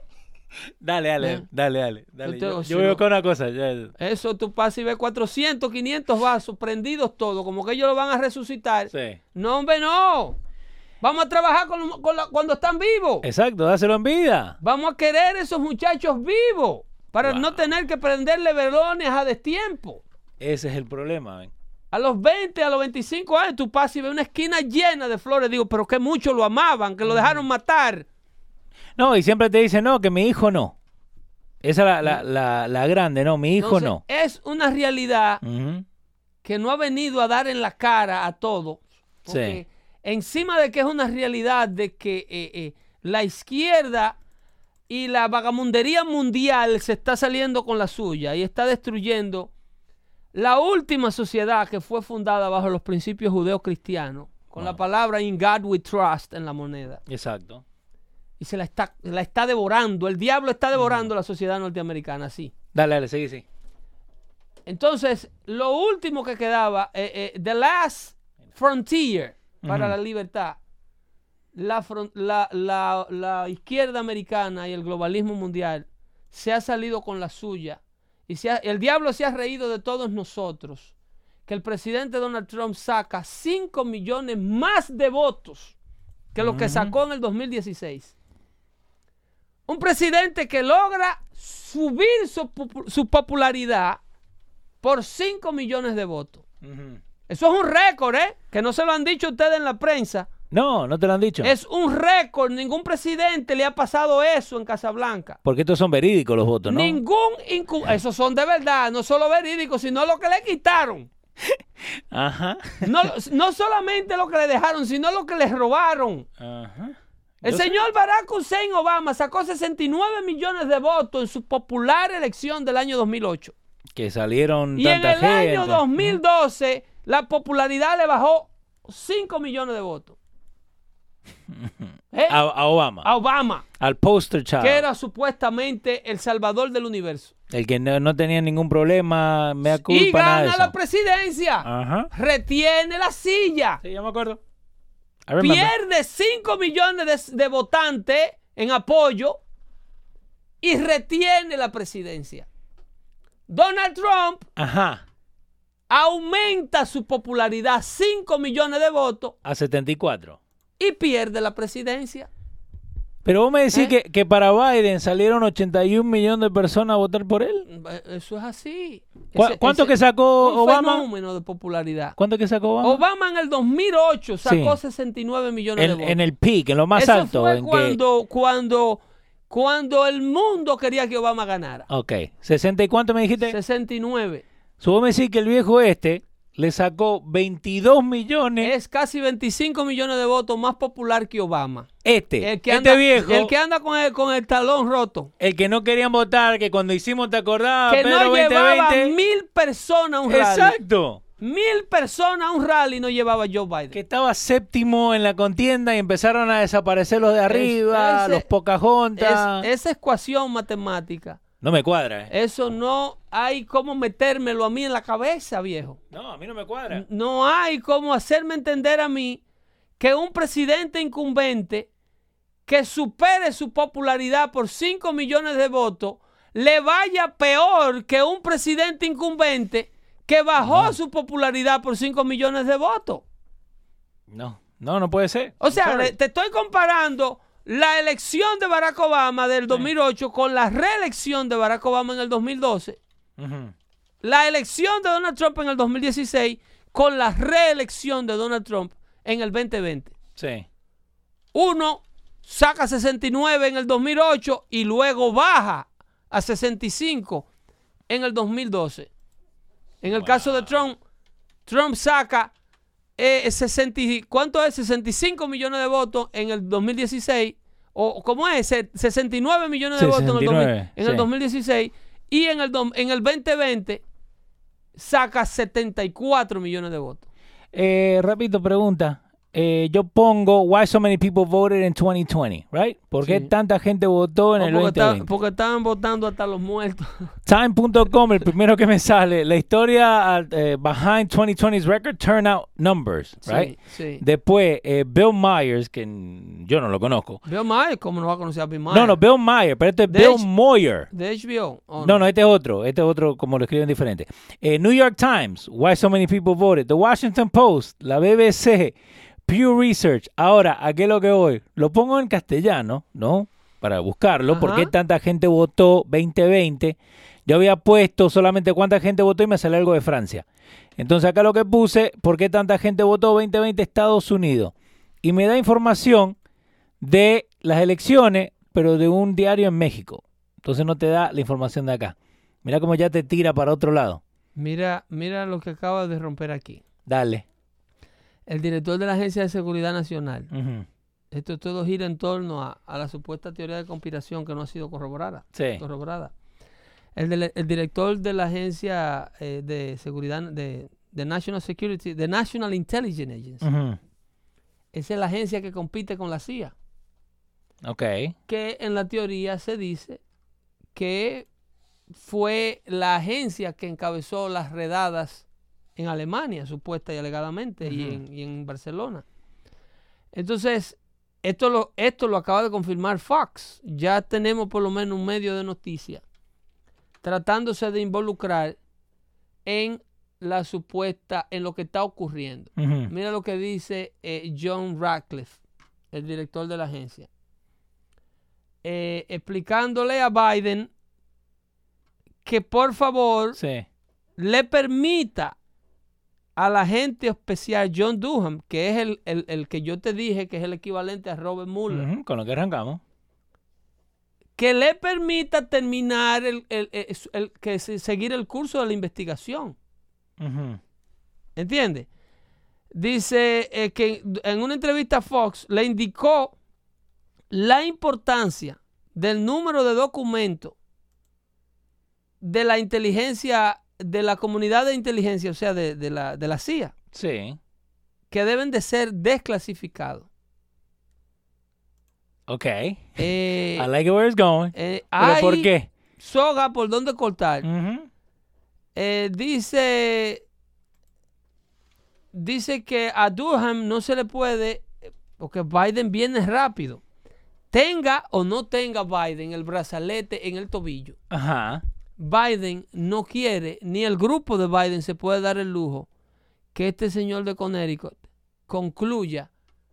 Dale, dale, ¿Eh? dale, dale. dale. Yo te- Yo, si yo veo no- con una cosa. ya- Eso tú pasas y ves cuatrocientos, quinientos vasos prendidos todos, como que ellos lo van a resucitar. Sí. No, hombre, no. Vamos a trabajar con, con la- cuando están vivos. Exacto, dáselo en vida. Vamos a querer esos muchachos vivos para Wow. no tener que prenderle velones a destiempo. Ese es el problema, ven. A los veinte, a los veinticinco años, tú pasas y ves una esquina llena de flores. Digo, pero que muchos lo amaban, que lo dejaron matar. No, y siempre te dicen, no, que mi hijo no. Esa es la, la, la, la grande, no, mi hijo Entonces, no. es una realidad Ujú. que no ha venido a dar en la cara a todo. Porque Sí. encima de que es una realidad de que eh, eh, la izquierda y la vagamundería mundial se está saliendo con la suya y está destruyendo la última sociedad que fue fundada bajo los principios judeo-cristianos, con la Wow. palabra In God We Trust en la moneda. Exacto. Y se la está, la está devorando. El diablo está devorando la sociedad norteamericana, sí. Dale, dale, sigue, sí. Entonces, lo último que quedaba, eh, eh, The Last Frontier para Ujú. la libertad, la, fron- la, la, la izquierda americana y el globalismo mundial se ha salido con la suya. Y se ha- el diablo se ha reído de todos nosotros. Que el presidente Donald Trump saca cinco millones más de votos que lo que Ujú. sacó en el dos mil dieciséis. Un presidente que logra subir su, popu- su popularidad por cinco millones de votos. Ujú. Eso es un récord, ¿eh? Que no se lo han dicho ustedes en la prensa. No, no te lo han dicho. Es un récord. Ningún presidente le ha pasado eso en Casablanca. Porque estos son verídicos los votos, ¿no? Ningún... incu- Esos son de verdad, no solo verídicos, sino lo que le quitaron. Ajá. No, no solamente lo que le dejaron, sino lo que les robaron. Ajá. El Yo sé. señor Barack Hussein Obama sacó sesenta y nueve millones de votos en su popular elección del año dos mil ocho. Que salieron Y en tanta el gente. año dos mil doce, la popularidad le bajó cinco millones de votos. ¿Eh? A, a Obama. A Obama, Al poster child. que era supuestamente el salvador del universo. El que no, no tenía ningún problema, me da Y culpa, nada de gana eso. la presidencia. Ajá. Retiene la silla. Sí, yo me acuerdo. I remember. Pierde cinco millones de, de votantes en apoyo y retiene la presidencia. Donald Trump Ajá. aumenta su popularidad cinco millones de votos A setenta y cuatro. y pierde la presidencia. Pero vos me decís ¿Eh? que, que para Biden salieron ochenta y un millones de personas a votar por él. Eso es así. ¿Cu Ese, ¿Cuánto ese, que sacó un Obama? Un fenómeno de popularidad. ¿Cuánto que sacó Obama? Obama en el dos mil ocho sacó sí. sesenta y nueve millones en, de votos. En el peak, en lo más Eso alto. fue en cuando, que... cuando, cuando el mundo quería que Obama ganara. Ok. ¿sesenta y cuánto me dijiste? sesenta y nueve. So, vos me decís que el viejo este le sacó veintidós millones. Es casi veinticinco millones de votos más popular que Obama. Este, el que este anda, viejo. El que anda con el, con el talón roto. El que no querían votar, que cuando hicimos, ¿te acordabas? Que Pedro no llevaba veinte veinte. mil personas a un rally. Exacto. Mil personas a un rally no llevaba Joe Biden. Que estaba séptimo en la contienda y empezaron a desaparecer los de arriba, ese, los Pocahontas. Es, esa ecuación matemática. No me cuadra, ¿eh? Eso no hay cómo metérmelo a mí en la cabeza, viejo. No, a mí no me cuadra. No hay cómo hacerme entender a mí que un presidente incumbente que supere su popularidad por cinco millones de votos le vaya peor que un presidente incumbente que bajó no. su popularidad por cinco millones de votos. No, no, no puede ser. O sea, le, te estoy comparando la elección de Barack Obama del dos mil ocho sí. con la reelección de Barack Obama en el dos mil doce. Uh-huh. La elección de Donald Trump en el dos mil dieciséis con la reelección de Donald Trump en el veinte veinte. Sí. Uno saca sesenta y nueve en el dos mil ocho y luego baja a sesenta y cinco en el dos mil doce. En el wow. caso de Trump, Trump saca eh, sesenta, ¿cuánto es? sesenta y cinco millones de votos en el dos mil dieciséis. O ¿cómo es? sesenta y nueve millones de sesenta y nueve, votos en, el, dos mil, en sí. el dos mil dieciséis. Y en el, en el veinte veinte saca setenta y cuatro millones de votos. Eh, repito, pregunta. Eh, yo pongo why so many people voted in twenty twenty, right? ¿Por qué sí. tanta gente votó en no, el veinte veinte? Está, porque estaban votando hasta los muertos. Time punto com, el primero que me sale, la historia uh, behind twenty twenty's record turnout numbers, right? Sí, sí. Después, eh, Bill Myers, que yo no lo conozco. Bill Myers, ¿cómo no va a conocer a Bill Myers? No, no, Bill Myers, pero este es Bill H Moyer. ¿De H B O? Oh, no. no, no, este es otro, este es otro, como lo escriben diferente. Eh, New York Times, why so many people voted. The Washington Post, la B B C, Pew Research. Ahora, ¿a qué es lo que voy? Lo pongo en castellano, ¿no? Para buscarlo. Ajá. ¿Por qué tanta gente votó veinte veinte? Yo había puesto solamente cuánta gente votó y me sale algo de Francia. Entonces acá lo que puse, ¿por qué tanta gente votó veinte veinte Estados Unidos? Y me da información de las elecciones, pero de un diario en México. Entonces no te da la información de acá. Mira cómo ya te tira para otro lado. Mira, mira lo que acaba de romper aquí. Dale. El director de la Agencia de Seguridad Nacional. Uh-huh. Esto todo gira en torno a, a la supuesta teoría de conspiración que no ha sido corroborada. Sí. corroborada. El, de, el director de la Agencia eh, de Seguridad de, de National Security, de National Intelligence Agency. Uh-huh. Esa es la agencia que compite con la C I A. Ok. Que en la teoría se dice que fue la agencia que encabezó las redadas en Alemania, supuesta y alegadamente, uh-huh. y, en, y en Barcelona. Entonces, esto lo, esto lo acaba de confirmar Fox. Ya tenemos por lo menos un medio de noticias tratándose de involucrar en la supuesta, en lo que está ocurriendo. Uh-huh. Mira lo que dice eh, John Ratcliffe, el director de la agencia, eh, explicándole a Biden que por favor sí. le permita al agente especial John Durham, que es el, el, el que yo te dije que es el equivalente a Robert Mueller, uh-huh, con lo que arrancamos, que le permita terminar el, el, el, el, el que se, seguir el curso de la investigación. Uh-huh. ¿Entiendes? Dice eh, que en una entrevista a Fox le indicó la importancia del número de documentos de la inteligencia, de la comunidad de inteligencia, o sea, de, de, la, de la C I A, sí. que deben de ser desclasificados. Ok. Eh, I like it where it's going. Eh, ¿Pero por qué? Soga por dónde cortar. Uh-huh. Eh, dice, dice que a Durham no se le puede, porque Biden viene rápido. Tenga o no tenga Biden el brazalete en el tobillo. Ajá. Biden no quiere, ni el grupo de Biden se puede dar el lujo que este señor de Connecticut concluya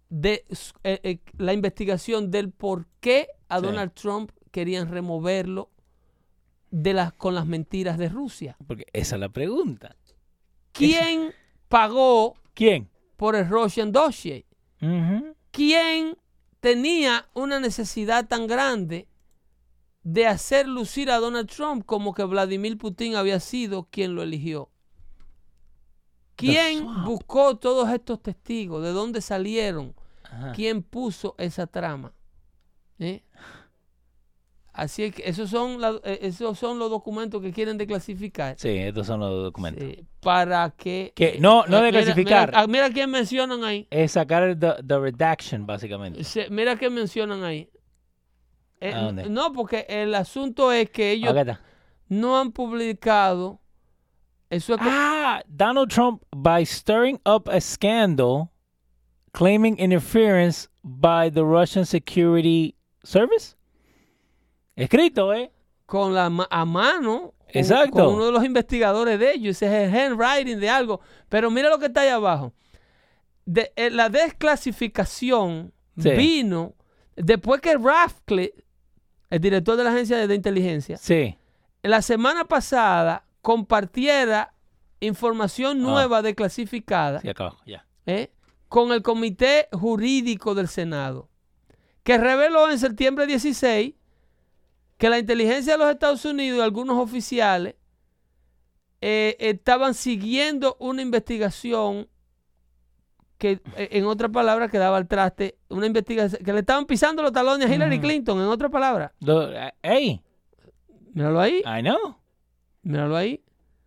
de eh, eh, la investigación del por qué a Sí. Donald Trump querían removerlo de las, con las mentiras de Rusia. Porque esa es la pregunta. ¿Quién pagó ¿Quién? por el Russian dossier? Uh-huh. ¿Quién tenía una necesidad tan grande de hacer lucir a Donald Trump como que Vladimir Putin había sido quien lo eligió? ¿Quién swamp. buscó todos estos testigos? ¿De dónde salieron? Ajá. ¿Quién puso esa trama? ¿Eh? Así es que esos son, la- eh, esos son los documentos que quieren declasificar. Sí, estos son los documentos. Sí, para que... Que no- no eh, mira- declasificar. Mira, ah, mira quién mencionan ahí. Es sacar el the, the redaction, básicamente. Se- mira quién mencionan ahí. Eh, ¿A dónde? no, porque el asunto es que ellos Acá está. no han publicado... Eso es co- Ah, Donald Trump, by stirring up a scandal, claiming interference by the Russian Security Service. Escrito, ¿eh? con la ma- a mano. con- Exacto. Con uno de los investigadores de ellos. Ese es el handwriting de algo. Pero mira lo que está ahí abajo. De, eh, la desclasificación Sí. vino después que Ratcliffe, el director de la agencia de, de inteligencia, Sí. la semana pasada compartiera información nueva desclasificada Sí, acá abajo, ya. ¿eh? con el Comité Jurídico del Senado, que reveló en septiembre dieciséis que la inteligencia de los Estados Unidos y algunos oficiales eh, estaban siguiendo una investigación que, eh, en otras palabras, que daba al traste, una investigación que le estaban pisando los talones a Hillary Ujú. Clinton, en otras palabras. Lo- eh, hey, Míralo ahí, I know. míralo ahí.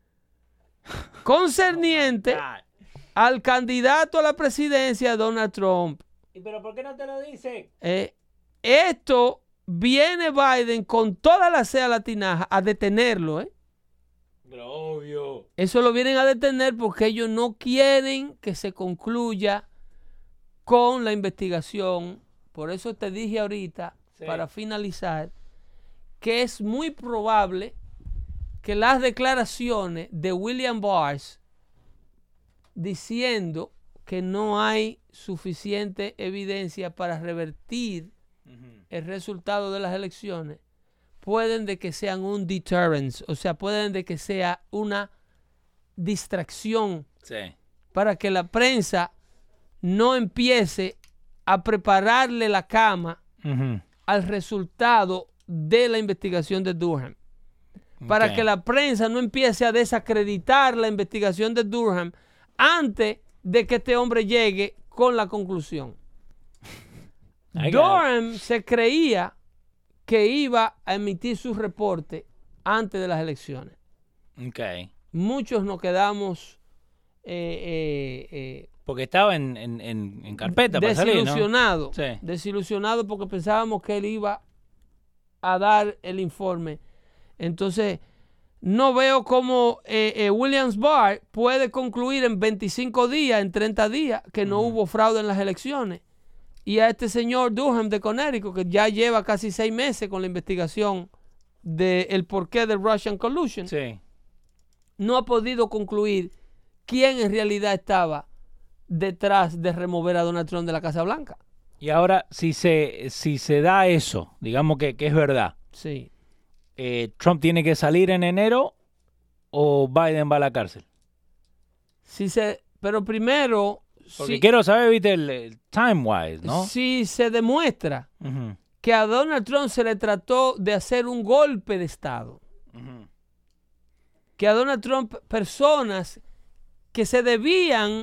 Concerniente al candidato a la presidencia, Donald Trump. ¿Y pero por qué no te lo dice? Eh, esto viene Biden con toda la sea latinaja a detenerlo, ¿eh? Pero obvio. Eso lo vienen a detener porque ellos no quieren que se concluya con la investigación. Por eso te dije ahorita, Sí. para finalizar, que es muy probable que las declaraciones de William Barr diciendo que no hay suficiente evidencia para revertir el resultado de las elecciones pueden de que sean un deterrence, o sea, pueden de que sea una distracción Sí. para que la prensa no empiece a prepararle la cama Ujú. al resultado de la investigación de Durham. Para Ok. que la prensa no empiece a desacreditar la investigación de Durham antes de que este hombre llegue con la conclusión. I got it. Durham se creía que iba a emitir su reporte antes de las elecciones. Ok. Muchos nos quedamos eh, eh, eh, Porque estaba en, en, en, en carpeta para salir, ¿no? desilusionados. Sí. Desilusionados porque pensábamos que él iba a dar el informe. Entonces, no veo cómo eh, eh, Williams Barr puede concluir en veinticinco días, en treinta días, que no hubo fraude en las elecciones. Y a este señor Durham de Connecticut, que ya lleva casi seis meses con la investigación del porqué del Russian Collusion, Sí. no ha podido concluir quién en realidad estaba detrás de remover a Donald Trump de la Casa Blanca. Y ahora, si se, si se da eso, digamos que, que es verdad, Sí. eh, ¿Trump tiene que salir en enero o Biden va a la cárcel? Si se, pero primero, Porque si, quiero saber, viste, el, el time-wise, ¿no? si se demuestra Ujú, que a Donald Trump se le trató de hacer un golpe de Estado, ujú. que a Donald Trump personas que se debían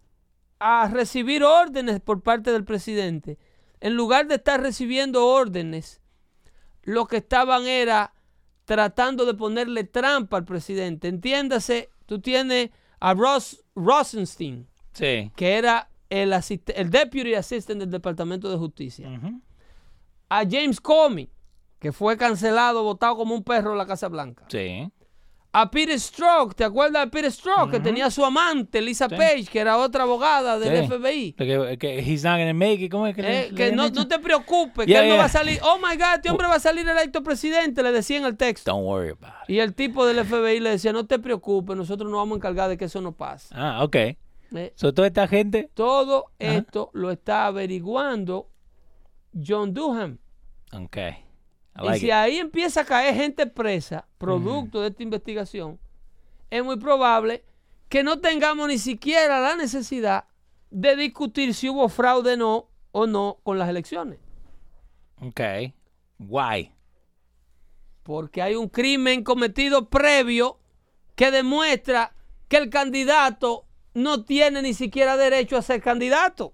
a recibir órdenes por parte del presidente, en lugar de estar recibiendo órdenes, lo que estaban era tratando de ponerle trampa al presidente. Entiéndase, tú tienes a Ross Rosenstein, Sí. que era el, asist- el Deputy Assistant del Departamento de Justicia. Ujú. A James Comey, que fue cancelado, botado como un perro en la Casa Blanca. Sí. A Peter Strzok, ¿te acuerdas de Peter Strzok? Que tenía su amante, Lisa Sí. Page, que era otra abogada del Sí. F B I. Que, que he's not gonna make it, ¿cómo es que le- Eh, le que han no, dicho? no te preocupes, Yeah, que él no yeah. va a salir. Oh my God, este hombre va a salir electo presidente, le decía en el texto. Don't worry about it. Y el tipo del F B I le decía, no te preocupes, nosotros nos vamos a encargar de que eso no pase. Ah, ok. Eh, So, toda esta gente... todo Ajá. esto lo está averiguando John Durham. Ok. I Y like si it. ahí empieza a caer gente presa, producto de esta investigación, es muy probable que no tengamos ni siquiera la necesidad de discutir si hubo fraude no, o no con las elecciones. Ok. Why? Porque hay un crimen cometido previo que demuestra que el candidato no tiene ni siquiera derecho a ser candidato.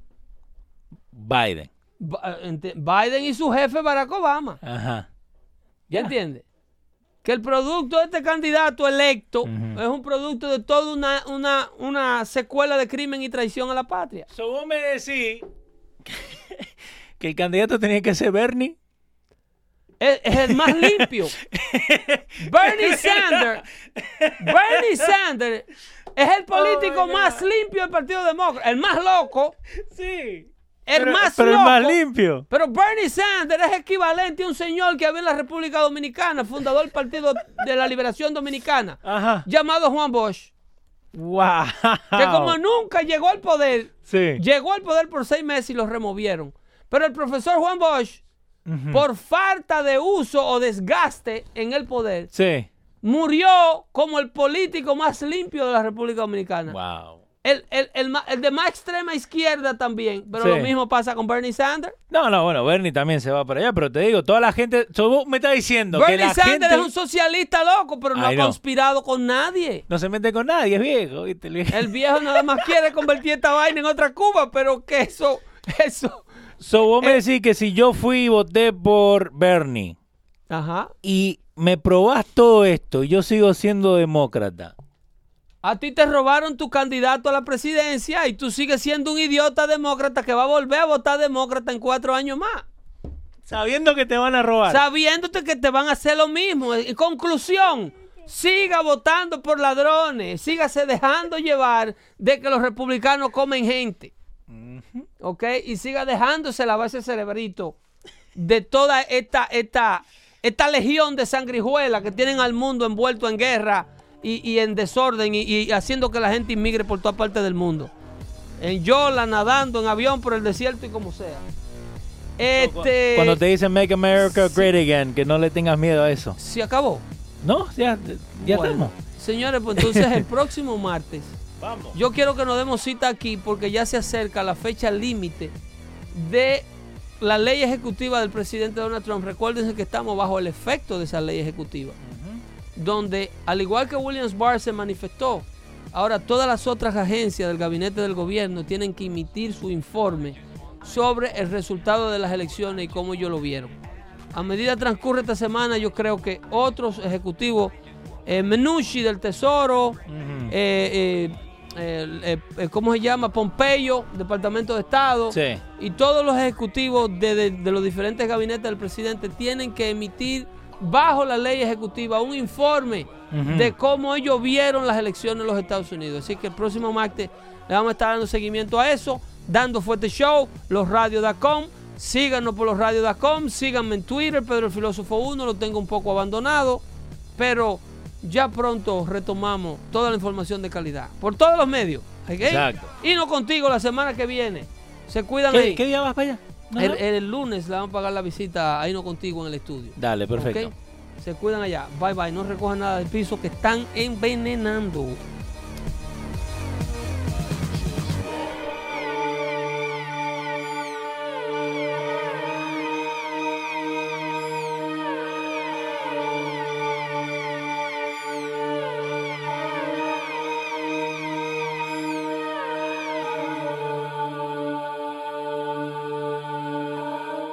Biden. Ba- ente- Biden y su jefe Barack Obama. Ajá. ¿Ya entiendes? Que el producto de este candidato electo Ujú. es un producto de toda una, una, una secuela de crimen y traición a la patria. So, vos me decís que el candidato tenía que ser Bernie. Es, es el más limpio. Bernie Sanders. Bernie Sanders es el político Oh my God. más limpio del Partido Demócrata. El más loco. Sí. El pero, más pero loco. el más limpio. Pero Bernie Sanders es equivalente a un señor que había en la República Dominicana, fundador del Partido de la Liberación Dominicana, Ajá. llamado Juan Bosch, Wow. que como nunca llegó al poder, Sí. llegó al poder por seis meses y lo removieron. Pero el profesor Juan Bosch, Ujú. por falta de uso o desgaste en el poder, Sí. murió como el político más limpio de la República Dominicana. Wow. El, el, el, ma- el de más extrema izquierda también, pero Sí. lo mismo pasa con Bernie Sanders. No, no, bueno, Bernie también se va para allá, pero te digo, toda la gente, so, vos me estás diciendo que Bernie la Sanders gente es un socialista loco, pero no Ay, ha no. conspirado con nadie. no se mete con nadie, es viejo, ¿viste? El viejo. El viejo nada más quiere convertir esta vaina en otra Cuba, pero que eso, eso. So, vos Eh. me decís que si yo fui y voté por Bernie Ajá. y me probás todo esto y yo sigo siendo demócrata, A ti te robaron tu candidato a la presidencia y tú sigues siendo un idiota demócrata que va a volver a votar demócrata en cuatro años más, sabiendo que te van a robar. sabiéndote que te van a hacer lo mismo. En conclusión, siga votando por ladrones, sígase dejando llevar de que los republicanos comen gente. ¿Ok? Y siga dejándose lavar ese cerebrito de toda esta, esta, esta legión de sangrijuelas que tienen al mundo envuelto en guerra y, y en desorden y, y haciendo que la gente inmigre por toda parte del mundo. En yola, nadando, en avión, por el desierto y como sea. Este... Cuando te dicen Make America Great Again, que no le tengas miedo a eso. Se acabó. No, ya, ya Bueno, estamos. señores, pues entonces el próximo martes Vamos. yo quiero que nos demos cita aquí porque ya se acerca la fecha límite de la ley ejecutiva del presidente Donald Trump. Recuérdense que estamos bajo el efecto de esa ley ejecutiva, donde, al igual que Williams Barr se manifestó, ahora todas las otras agencias del gabinete del gobierno tienen que emitir su informe sobre el resultado de las elecciones y cómo ellos lo vieron. A medida que transcurre esta semana, yo creo que otros ejecutivos, eh, Mnuchin del Tesoro, eh, eh, eh, eh, ¿cómo se llama? Pompeyo, Departamento de Estado, Sí. y todos los ejecutivos de, de- de los diferentes gabinetes del presidente tienen que emitir bajo la ley ejecutiva un informe Ujú. de cómo ellos vieron las elecciones en los Estados Unidos. Así que el próximo martes le vamos a estar dando seguimiento a eso, dando fuerte show, losradios punto com. Síganos por losradios punto com, síganme en Twitter, Pedro el Filósofo uno, lo tengo un poco abandonado, pero ya pronto retomamos toda la información de calidad, por todos los medios. ¿Ok? Exacto. Y no contigo la semana que viene. Se cuidan ¿Qué, ahí. qué día vas para allá? No, El, no. el lunes le vamos a pagar la visita ahí no contigo en el estudio. Dale, perfecto. ¿Ok? Se cuidan allá. Bye bye. No recojan nada del piso que están envenenando.